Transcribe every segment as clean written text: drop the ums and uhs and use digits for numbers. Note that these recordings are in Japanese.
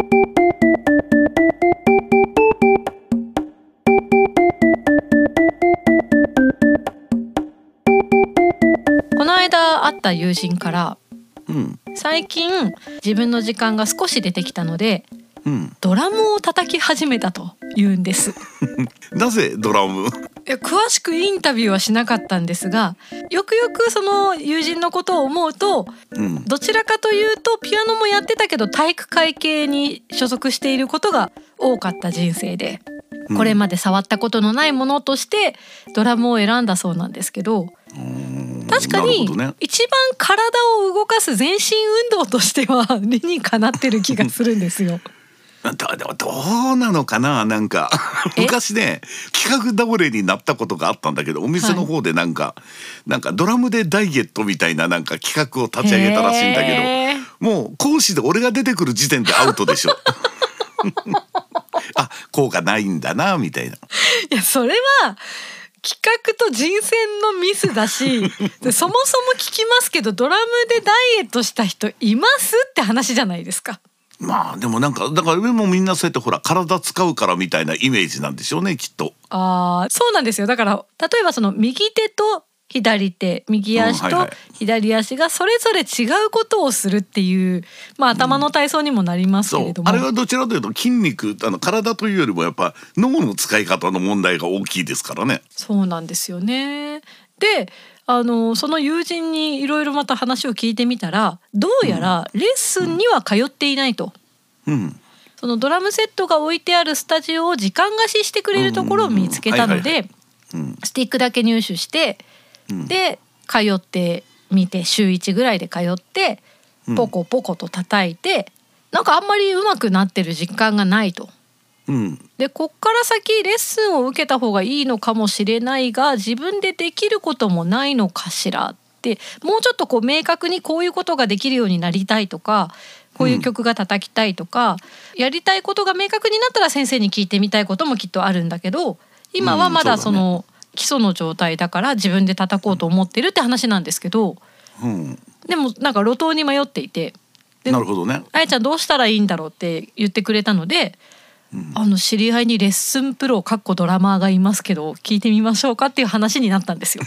この間会った友人から、 うん最近自分の時間が少し出てきたのでうんドラムを叩き始めたと言うんです。 なぜドラム？ 詳しくインタビューはしなかったんですが、よくよくその友人のことを思うと、 うんどちらかというとピアノもやってたけど体育会系に所属していることが多かった人生で、これまで触ったことのないものとしてドラムを選んだそうなんですけど、確かに一番体を動かす全身運動としては理にかなってる気がするんですよ。 どうなのかな。なんか昔ね企画倒れになったことがあったんだけど、お店の方でなんかドラムでダイエットみたいななんか企画を立ち上げたらしいんだけど、もう講師で俺が出てくる時点でアウトでしょ。あ、効果ないんだなみたいな。 いや、それは企画と人選のミスだし、でそもそも聞きますけど、ドラムでダイエットした人いますって話じゃないですか。 まあでもなんかだから上もみんなそうやってほら体使うからみたいなイメージなんでしょうね、きっと。 そうなんですよ。だから例えばその右手と左手、右足と左足がそれぞれ違うことをするっていう、頭の体操にもなりますけれども、 あれはどちらというと筋肉、体というよりもやっぱ脳の使い方の問題が大きいですからね。 そうなんですよね。でその友人にいろいろまた話を聞いてみたら、どうやらレッスンには通っていないと、そのドラムセットが置いてあるスタジオを時間貸ししてくれるところを見つけたので、スティックだけ入手して、で通ってみて、週1ぐらいで通ってポコポコと叩いて、なんかあんまり上手くなってる実感がないと。でこっから先レッスンを受けた方がいいのかもしれないが、自分でできることもないのかしらって、もうちょっとこう明確にこういうことができるようになりたいとか、こういう曲が叩きたいとか、やりたいことが明確になったら先生に聞いてみたいこともきっとあるんだけど、今はまだその基礎の状態だから自分で叩こうと思ってるって話なんですけど、でもなんか路頭に迷っていて、 なるほどね。 あやちゃんどうしたらいいんだろうって言ってくれたので、知り合いにレッスンプロドラマーがいますけど聞いてみましょうかっていう話になったんですよ。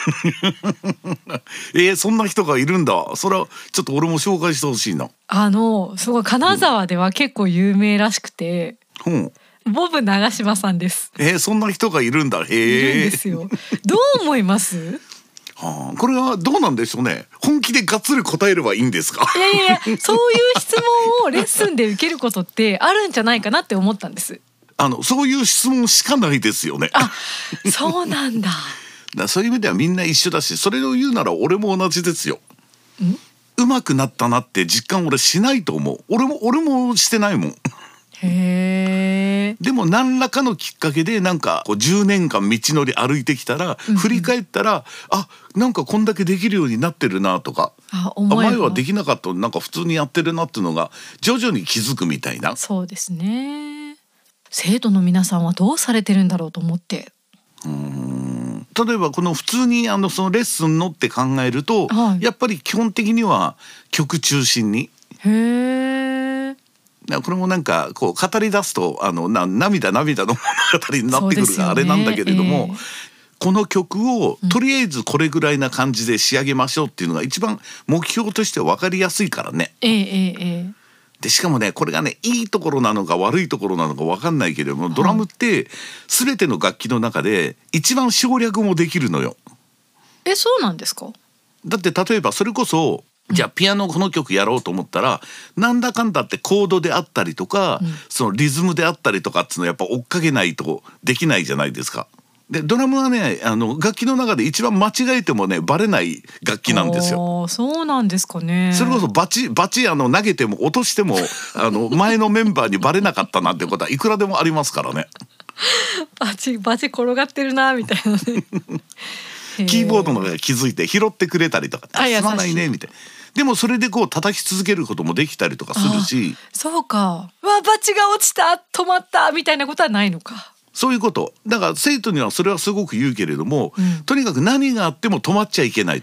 そんな人がいるんだ。それはちょっと俺も紹介してほしいな。 すごい金沢では結構有名らしくて、ボブ長嶋さんです。 そんな人がいるんだ。いるんですよ。どう思います？ これはどうなんでしょうね。本気でがっつり答えればいいんですか？ いやそういう質問をレッスンで受けることってあるんじゃないかなって思ったんです。 そういう質問しかないですよね。 そうなんだ。 そういう意味ではみんな一緒だし、それを言うなら俺も同じですよ。上手くなったなって実感俺しないと思う。俺もしてないもん。でも何らかのきっかけでなんかこう10年間道のり歩いてきたら、振り返ったらなんかこんだけできるようになってるなとか、前はできなかったなんか普通にやってるなっていうのが徐々に気づくみたいな。 そうですね。生徒の皆さんはどうされてるんだろうと思って。 例えばこの普通にそのレッスンのって考えると、やっぱり基本的には曲中心に。これもなんかこう語り出すと涙の物語になってくるがあれなんだけれども、この曲をとりあえずこれぐらいな感じで仕上げましょうっていうのが一番目標として分かりやすいからね。でしかもね、これがねいいところなのか悪いところなのか分かんないけれども、ドラムって全ての楽器の中で一番省略もできるのよ。 そうなんですか？ だって例えばそれこそじゃあピアノこの曲やろうと思ったら、なんだかんだってコードであったりとか、そのリズムであったりとかっていうのはやっぱ追っかけないとできないじゃないですか。でドラムはね楽器の中で一番間違えてもねバレない楽器なんですよ。 そうなんですかね。 それこそバチ投げても落としても前のメンバーにバレなかったなんてことはいくらでもありますからね。 バチ転がってるなみたいなね。 キーボードの中で気づいて拾ってくれたりとか、すまないねみたいな。でもそれでこう叩き続けることもできたりとかするし。 そうか。バチが落ちた、止まったみたいなことはないのか。 そういうことだから生徒にはそれはすごく言うけれども、とにかく何があっても止まっちゃいけないと。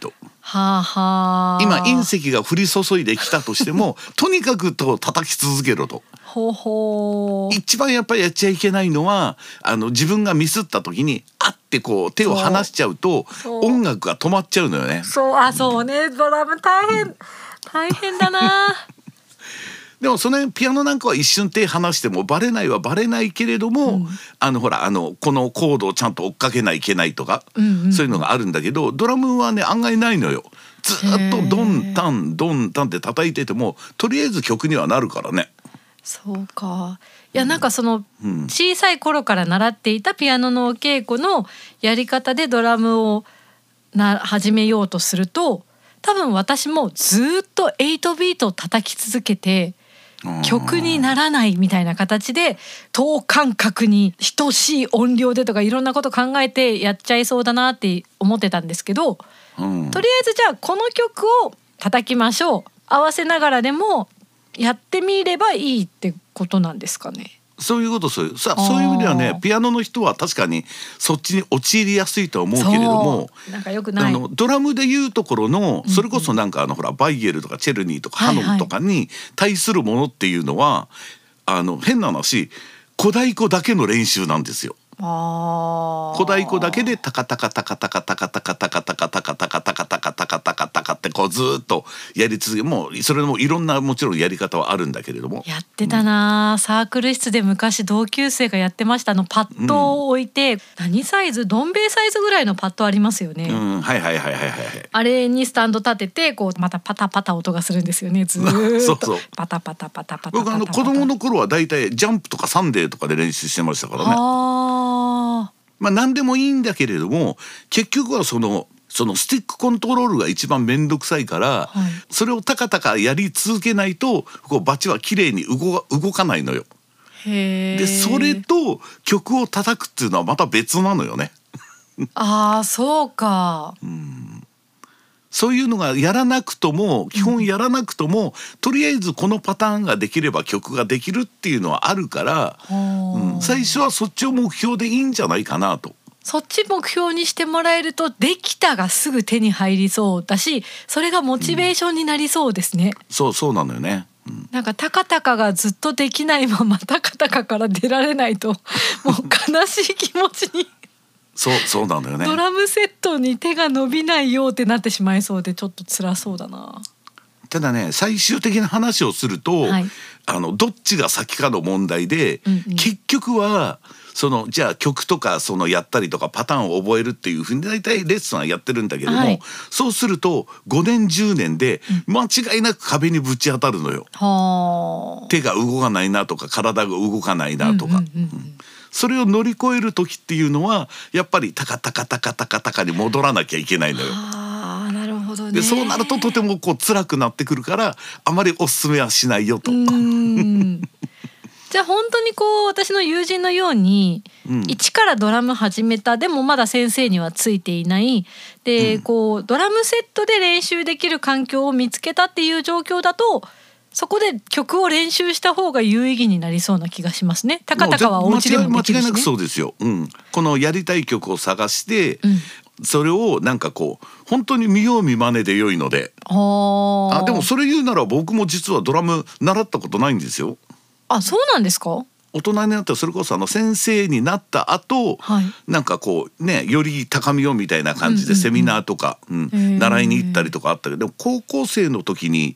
はあはあ、 今隕石が降り注いできたとしてもとにかくと叩き続けろと。 ほうほう。 一番やっぱりやっちゃいけないのは自分がミスった時にあってこう手を離しちゃうと音楽が止まっちゃうのよね。 そうね、ドラム大変だな。 でもそのピアノなんかは一瞬手離してもバレないはバレないけれども、ほらこのコードをちゃんと追っかけないといけないとか、そういうのがあるんだけど、ドラムはね案外ないのよ。ずっとドンタンドンタンって叩いててもとりあえず曲にはなるからね。 そうか。いやなんかその小さい頃から習っていたピアノのお稽古のやり方でドラムを始めようとすると、多分私もずっと8ビートを叩き続けて曲にならないみたいな形で等間隔に等しい音量でとかいろんなこと考えてやっちゃいそうだなって思ってたんですけど、とりあえずじゃあこの曲を叩きましょう、合わせながらでもやってみればいいってことなんですかね。 そういうことそういう意味ではね、ピアノの人は確かにそっちに陥りやすいとは思うけれども、 なんかよくないドラムでいうところのそれこそなんかほらバイエルとかチェルニーとかハノンとかに対するものっていうのは、変な話小太鼓だけの練習なんですよ。小太鼓だけでタカタカタカタカタカタカタカタカタカタカタカタカタカタカタカってこうずっとやり続け、もうそれもいろんなもちろんやり方はあるんだけれども、 やってたな、サークル室で昔同級生がやってました。パッドを置いて、何サイズ、どん兵衛サイズぐらいのパッドありますよね。 はいはいはいはいはい。 あれにスタンド立ててこうまたパタパタ音がするんですよね、ずーっと。パタパタパタパタパタ。 僕子供の頃はだいたいジャンプとかサンデーとかで練習してましたからね。まあ何でもいいんだけれども、結局はそのスティックコントロールが一番面倒くさいから、それをタカタカやり続けないとこうバチは綺麗に動かないのよ。でそれと曲を叩くっていうのはまた別なのよね。 そうか。 そういうのがやらなくとも基本やらなくとも、とりあえずこのパターンができれば曲ができるっていうのはあるから、最初はそっちを目標でいいんじゃないかなと。 そっち目標にしてもらえるとできたがすぐ手に入りそうだし、それがモチベーションになりそうですね。 そうなのよね。 なんかタカタカがずっとできないままタカタカから出られないともう悲しい気持ちにそうなのよね。 ドラムセットに手が伸びないよってなってしまいそうでちょっと辛そうだな。 ただね、最終的な話をすると、どっちが先かの問題で、結局はじゃあ曲とかやったりとかパターンを覚えるっていうふうに大体レッスンはやってるんだけども、そうすると5年10年で間違いなく壁にぶち当たるのよ。手が動かないなとか体が動かないなとか。それを乗り越える時っていうのはやっぱりタカタカタカタカタカに戻らなきゃいけないのよ。 なるほどね。 でそうなるととても辛くなってくるからあまりおすすめはしないよと。じゃあ本当に私の友人のように、一からドラム始めた、でもまだ先生にはついていないで、ドラムセットで練習できる環境を見つけたっていう状況だと、そこで曲を練習した方が有意義になりそうな気がしますね。タカタカはお家でもできるしね。間違いなくそうですよ。このやりたい曲を探して、それをなんか本当に見よう見まねで良いので。でもそれ言うなら僕も実はドラム習ったことないんですよ。 そうなんですか。 大人になってそれこそ先生になった後、なんかより高みをみたいな感じでセミナーとか、習いに行ったりとかあったけど、高校生の時に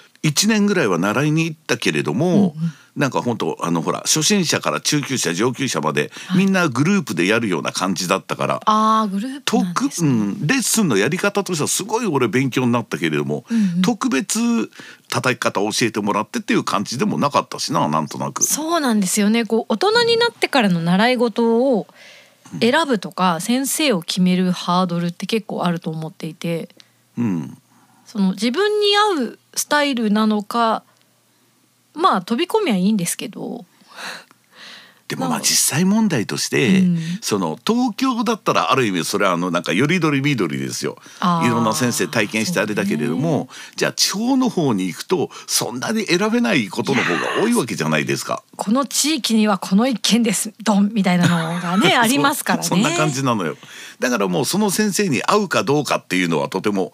1年ぐらいは習いに行ったけれども、なんか本当ほら初心者から中級者上級者までみんなグループでやるような感じだったから、 グループなんですね。 レッスンのやり方としてはすごい俺勉強になったけれども、特別叩き方を教えてもらってっていう感じでもなかったしな、なんとなく。そうなんですよね。大人になってからの習い事を選ぶとか、先生を決めるハードルって結構あると思っていて、自分に合うスタイルなのか、飛び込みはいいんですけど、 でも実際問題として、東京だったらある意味それはなんかよりどりみどりですよ。いろんな先生体験してあれだけれども、じゃあ地方の方に行くとそんなに選べないことの方が多いわけじゃないですか。 この地域にはこの一軒ですドンみたいなのがねありますからね。 そんな感じなのよ。だからもうその先生に合うかどうかっていうのはとても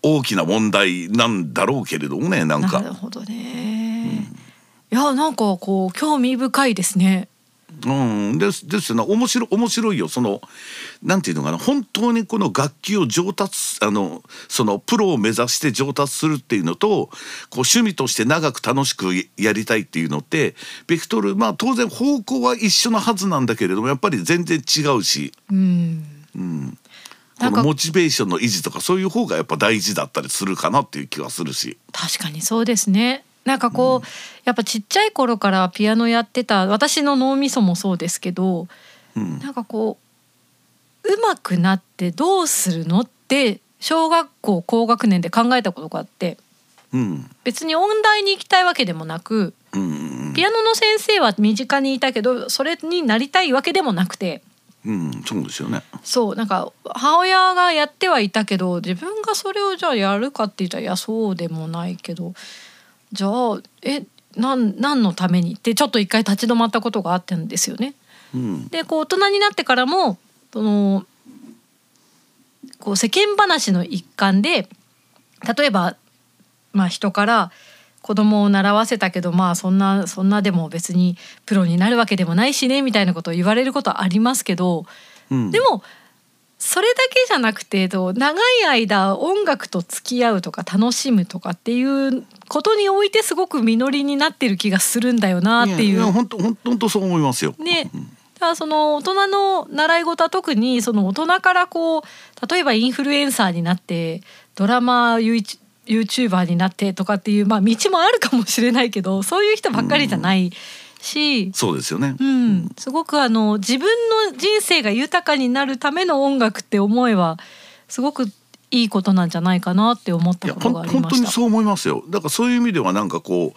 大きな問題なんだろうけれどもね、なんか。 なるほどね、いやなんかこう興味深いですね。 ですよね。面白いよ。そのなんていうのかな、本当にこの楽器を上達そのプロを目指して上達するっていうのと、こう趣味として長く楽しくやりたいっていうのってベクトル、当然方向は一緒なはずなんだけれども、やっぱり全然違うし、このモチベーションの維持とかそういう方がやっぱ大事だったりするかなっていう気はするし。 確かにそうですね。なんかこう、やっぱちっちゃい頃からピアノやってた私の脳みそもそうですけど、なんかこう上手くなってどうするのって小学校高学年で考えたことがあって、別に音大に行きたいわけでもなく、ピアノの先生は身近にいたけどそれになりたいわけでもなくて、 そうですよね。 そうなんか母親がやってはいたけど自分がそれをじゃあやるかって言ったらいやそうでもないけど、じゃあ何のためにってちょっと一回立ち止まったことがあったんですよね。でこう大人になってからもこう世間話の一環で例えば人から子供を習わせたけどそんなでも別にプロになるわけでもないしねみたいなことを言われることはありますけど、でもそれだけじゃなくて長い間音楽と付き合うとか楽しむとかっていうことにおいてすごく実りになってる気がするんだよなっていう。 本当そう思いますよ。 ね、だからその大人の習い事は特にその大人からこう例えばインフルエンサーになってドラマYouTuber になってとかっていう道もあるかもしれないけど、そういう人ばっかりじゃないし、 そうですよね。 すごく自分の人生が豊かになるための音楽って思えばすごくいいことなんじゃないかなって思ったことがありました。 本当にそう思いますよ。だからそういう意味ではなんかこう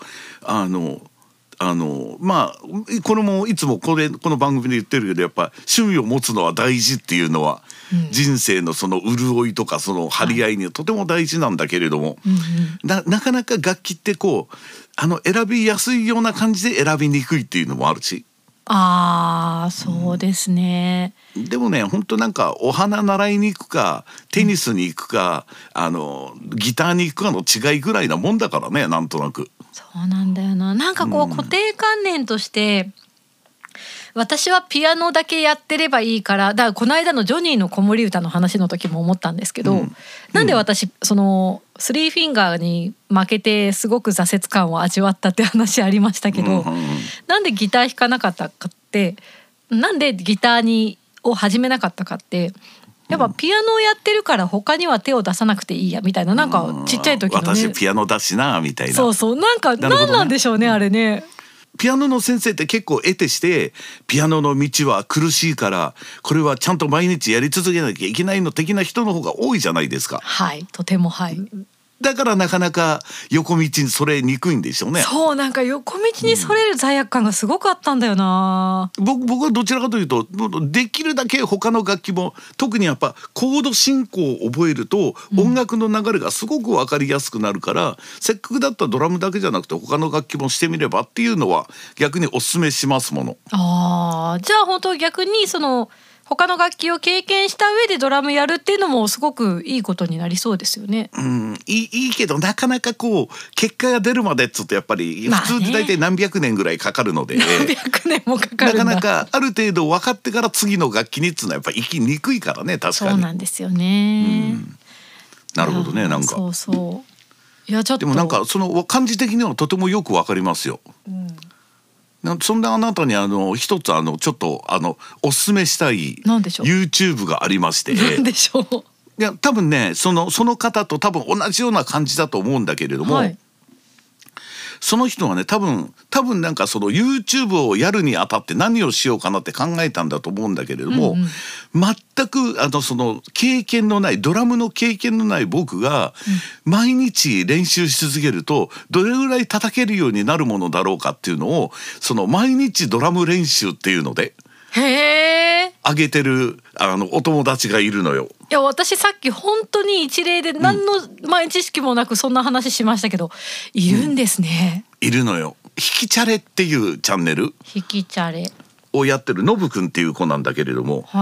これもいつもこの番組で言ってるけど、やっぱ趣味を持つのは大事っていうのは、人生のその潤いとかその張り合いにとても大事なんだけれども、なかなか楽器ってこう選びやすいような感じで選びにくいっていうのもあるし。 そうですね。 でもね、本当なんかお花習いに行くかテニスに行くか、ギターに行くかの違いぐらいなもんだからね、なんとなく。 そうなんだよな。なんかこう固定観念として、私はピアノだけやってればいいから、だからこの間のジョニーの子守歌の話の時も思ったんですけど、なんで私そのスリーフィンガーに負けてすごく挫折感を味わったって話ありましたけど、なんでギター弾かなかったかって、なんでギターを始めなかったかって、やっぱピアノをやってるから他には手を出さなくていいやみたいな、なんかちっちゃい時のね、 私ピアノだしなみたいな。 そうなんか何なんでしょうね、あれね。 ピアノの先生って結構得てして、ピアノの道は苦しいからこれはちゃんと毎日やり続けなきゃいけないの的な人の方が多いじゃないですか。 はい、とてもはい。 だからなかなか横道にそれにくいんでしょうね。 そう、なんか横道にそれる罪悪感がすごくあったんだよな。 僕はどちらかというとできるだけ他の楽器も、特にやっぱコード進行を覚えると音楽の流れがすごく分かりやすくなるから、せっかくだったらドラムだけじゃなくて他の楽器もしてみればっていうのは逆におすすめしますもの。 じゃあ本当逆にその他の楽器を経験した上でドラムやるっていうのもすごくいいことになりそうですよね。 いいけどなかなかこう結果が出るまでっつうとやっぱり普通って大体何百年ぐらいかかるので、 何百年もかかるんだ。 なかなかある程度分かってから次の楽器にっつうのはやっぱ行きにくいからね。確かにそうなんですよね。 なるほどね。なんかいやちょっとでもなんかその感じ的にはとてもよく分かりますよ。そんなあなたに一つちょっとおすすめしたい YouTube がありまして。 なんでしょう。 いや多分ねその方と多分同じような感じだと思うんだけれども、その人はね多分なんかその YouTube をやるにあたって何をしようかなって考えたんだと思うんだけれども、全くその経験のないドラムの経験のない僕が毎日練習し続けるとどれぐらい叩けるようになるものだろうかっていうのを、その毎日ドラム練習っていうので上げてるお友達がいるのよ。 いや私さっき本当に一例で何の前知識もなくそんな話しましたけど、いるんですね。 いるのよ。弾きチャレっていうチャンネル弾きチャレをやってるノブくんっていう子なんだけれども、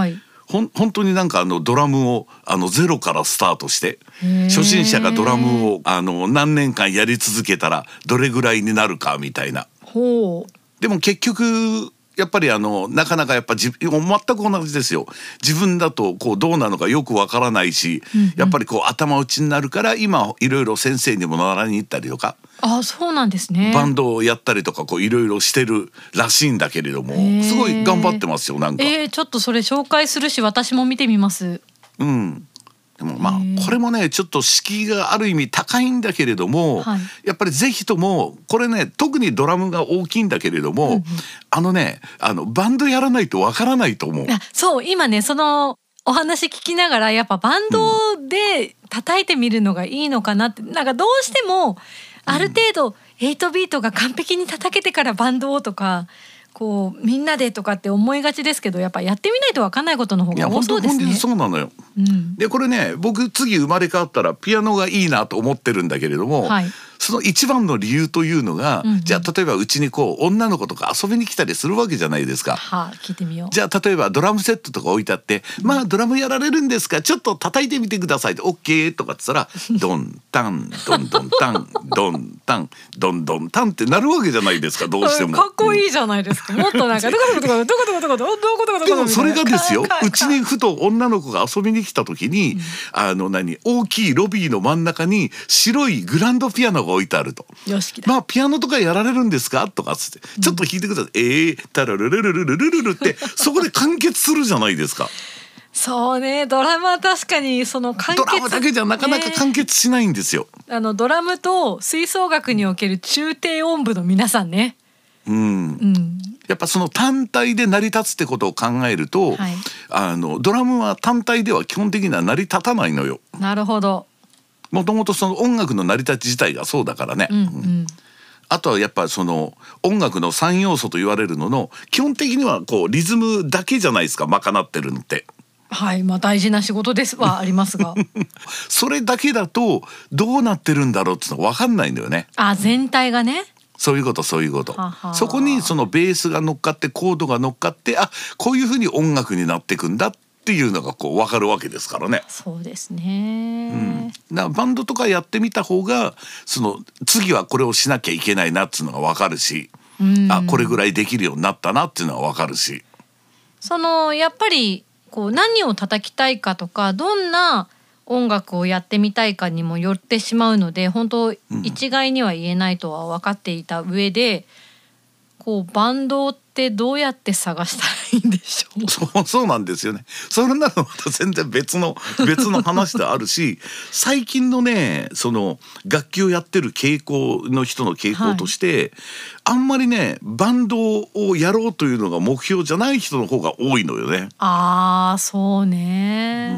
本当になんかドラムをゼロからスタートして初心者がドラムを何年間やり続けたらどれぐらいになるかみたいな。 ほう。 でも結局やっぱりなかなかやっぱ全く同じですよ。自分だとこうどうなのかよくわからないし、やっぱりこう頭打ちになるから今いろいろ先生にも習いに行ったりとか。 あ、そうなんですね。 バンドをやったりとかこういろいろしてるらしいんだけれども、すごい頑張ってますよなんか。 ちょっとそれ紹介するし私も見てみます。 うん。でもまあこれもねちょっと敷居がある意味高いんだけれども、はい、やっぱりぜひともこれね特にドラムが大きいんだけれども、バンドやらないとわからないと思う。 そう今ねそのお話聞きながらやっぱバンドで叩いてみるのがいいのかなって、なんかどうしてもある程度8ビートが完璧に叩けてからバンドをとかこうみんなでとかって思いがちですけど、やっぱやってみないと分かんないことの方が多そうですね。 いや本当にそうなのよ、でこれね僕次生まれ変わったらピアノがいいなと思ってるんだけれども、はい、その一番の理由というのが、じゃあ例えばうちにこう女の子とか遊びに来たりするわけじゃないですか。 聞いてみよう。 じゃあ例えばドラムセットとか置いてあって、まあドラムやられるんですか、ちょっと叩いてみてくださいって OK とかって言ったらドンタンドンドンタンドンタンドンドンタンってなるわけじゃないですか、どうしても。 かっこいいじゃないですか、もっとなんかどこどこどこどこどこどこどこどこどこどこ。 でもそれがですよ、うちにふと女の子が遊びに来た時に、大きいロビーの真ん中に白いグランドピアノが置いてあると。まあピアノとかやられるんですかとかつって、ちょっと弾いてください、タラルルルルルルルルってそこで完結するじゃないですか。 そうね、ドラムは確かにその完結、 ドラムだけじゃなかなか完結しないんですよ。 ドラムと吹奏楽における中低音部の皆さんね。 やっぱその単体で成り立つってことを考えると、はい、ドラムは単体では基本的には成り立たないのよ。 なるほど。 もともとその音楽の成り立ち自体がそうだからね。あとはやっぱその音楽の3要素と言われるのの基本的にはこうリズムだけじゃないですか、賄ってるのって。 はい、まあ大事な仕事ですはありますがそれだけだとどうなってるんだろうっての分かんないんだよね。 全体がね。 そういうこと。そこにそのベースが乗っかってコードが乗っかって、こういうふうに音楽になっていくんだっていうのがこう分かるわけですからね。 そうですね、 だからバンドとかやってみた方がその次はこれをしなきゃいけないなっていうのが分かるし、これぐらいできるようになったなっていうのは分かるし、 やっぱりこう何を叩きたいかとかどんな音楽をやってみたいかにもよってしまうので、本当一概には言えないとは分かっていた上で、こうバンドってどうやって探したらいいんでしょう。 そうなんですよね。それならまた全然別の話であるし最近のねその楽器をやってる傾向の人の傾向として、あんまりねバンドをやろうというのが目標じゃない人の方が多いのよね。 そうね。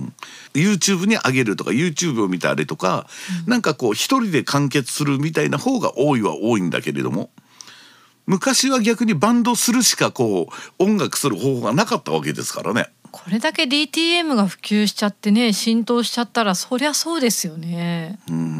YouTube に上げるとか YouTube を見たりとか、なんかこう一人で完結するみたいな方が多いんだけれども、昔は逆にバンドするしかこう音楽する方法がなかったわけですからね。 これだけ DTM が普及しちゃってね、浸透しちゃったらそりゃそうですよね。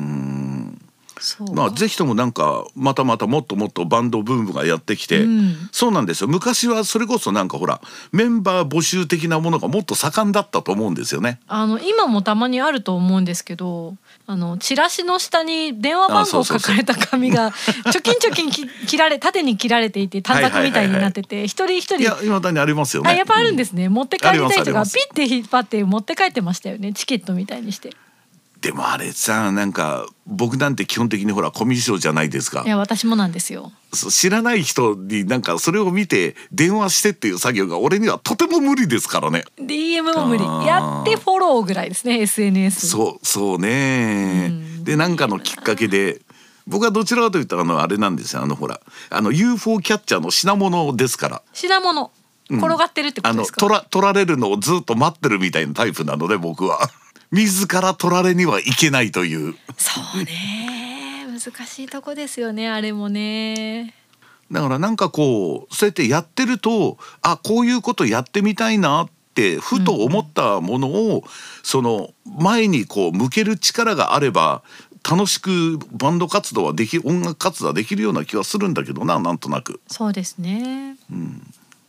ぜひともなんかまたもっともっとバンドブームがやってきて、そうなんですよ。昔はそれこそなんかほらメンバー募集的なものがもっと盛んだったと思うんですよね。 今もたまにあると思うんですけど、チラシの下に電話番号書かれた紙がチョキン切られ縦に切られていて短冊みたいになってて、一人一人未だにありますよね。 やっぱあるんですね。持って帰りたい人がピッて引っ張って持って帰ってましたよね、チケットみたいにして。 でもあれさ、なんか僕なんて基本的にほらコミュ障じゃないですか。 いや私もなんですよ。 知らない人になんかそれを見て電話してっていう作業が俺にはとても無理ですからね。 DM も無理、やってフォローぐらいですね SNS。 そうね、でなんかのきっかけで僕はどちらかというとあれなんですよ、ほらUFO キャッチャーの品物ですから。 品物転がってるってことですか。 取られるのをずっと待ってるみたいなタイプなので僕は自ら取られにはいけないという。 そうね、難しいとこですよね、あれもね。 だからなんかこうそうやってやってるとこういうことやってみたいなってふと思ったものを、その前にこう向ける力があれば楽しくバンド活動は音楽活動はできるような気はするんだけどな、なんとなく。 そうですね、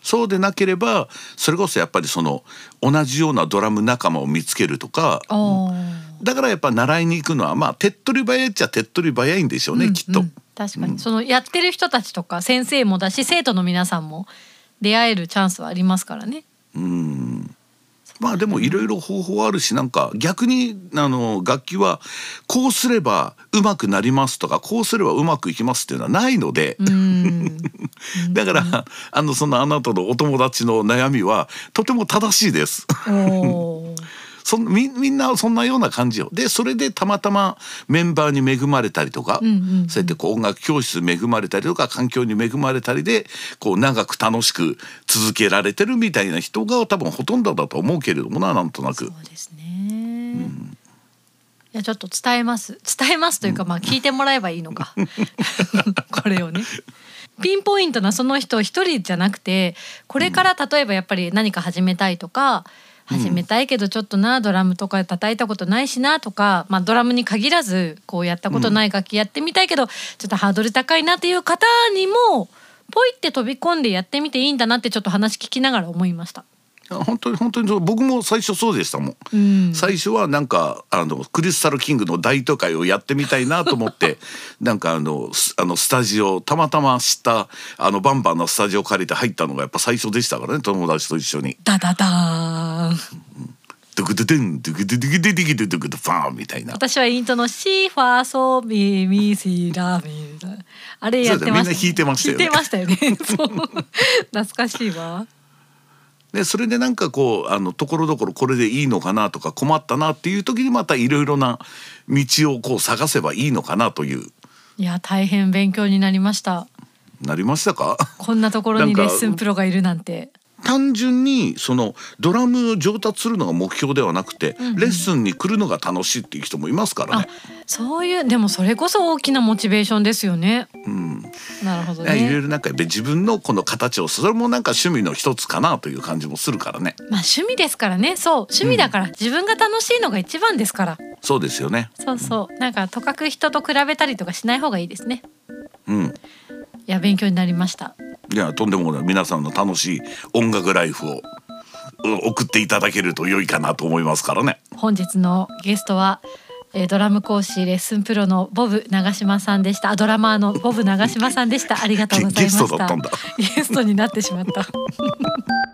そうでなければそれこそやっぱりその同じようなドラム仲間を見つけるとか、だからやっぱ習いに行くのはまあ手っ取り早いっちゃ手っ取り早いんでしょうね、きっと。 確かに、そのやってる人たちとか先生もだし生徒の皆さんも出会えるチャンスはありますからね。 まあでもいろいろ方法あるし、なんか逆に楽器はこうすればうまくなりますとかこうすればうまくいきますっていうのはないのでだからそのあなたのお友達の悩みはとても正しいです。みんなそんなような感じよ。でそれでたまたまメンバーに恵まれたりとか、そうやってこう音楽教室恵まれたりとか環境に恵まれたりでこう長く楽しく続けられてるみたいな人が多分ほとんどだと思うけれどもな、なんとなく。 そうですね、いやちょっと伝えますというか、まあ聞いてもらえばいいのかこれをねピンポイントなその人一人じゃなくて、これから例えばやっぱり何か始めたいとか、始めたいけどちょっとなドラムとか叩いたことないしなとか、まあ、ドラムに限らずこうやったことない楽器やってみたいけど、ちょっとハードル高いなっていう方にもポイって飛び込んでやってみていいんだなってちょっと話聞きながら思いました。 本当に僕も最初そうでしたもん、最初はなんかクリスタルキングの大都会をやってみたいなと思ってなんかスタジオたまたま知ったバンバンのスタジオ借りて入ったのがやっぱ最初でしたからね、友達と一緒にダダダーンドゥクドゥドゥンドゥクドゥドゥクドゥドゥクドゥドゥクドゥファーみたいな。 私はイントのシーファーソミミシラミあれやってました、ね、 みんな弾いてましたよね。 弾いてましたよねそう懐かしいわ。 でそれでなんかこうところどころこれでいいのかなとか困ったなっていう時にまたいろいろな道をこう探せばいいのかなという。 いや大変勉強になりました。 なりましたか？ こんなところにレッスンプロがいるなんて。 単純にそのドラムを上達するのが目標ではなくて、レッスンに来るのが楽しいっていう人もいますからね。 そういうでもそれこそ大きなモチベーションですよね。なるほどね。 いろいろなんか自分のこの形をそれもなんか趣味の一つかなという感じもするからね。 まあ趣味ですからね。そう趣味だから、自分が楽しいのが一番ですから。 そうですよね。 そうなんかとかく人と比べたりとかしない方がいいですね。いや勉強になりました。 いやとんでもない。皆さんの楽しい音楽ライフを送っていただけると良いかなと思いますからね。 本日のゲストはドラム講師レッスンプロのボブ長島さんでした。ドラマーのボブ長島さんでした。ありがとうございました。 ゲストだったんだ。 ゲストになってしまった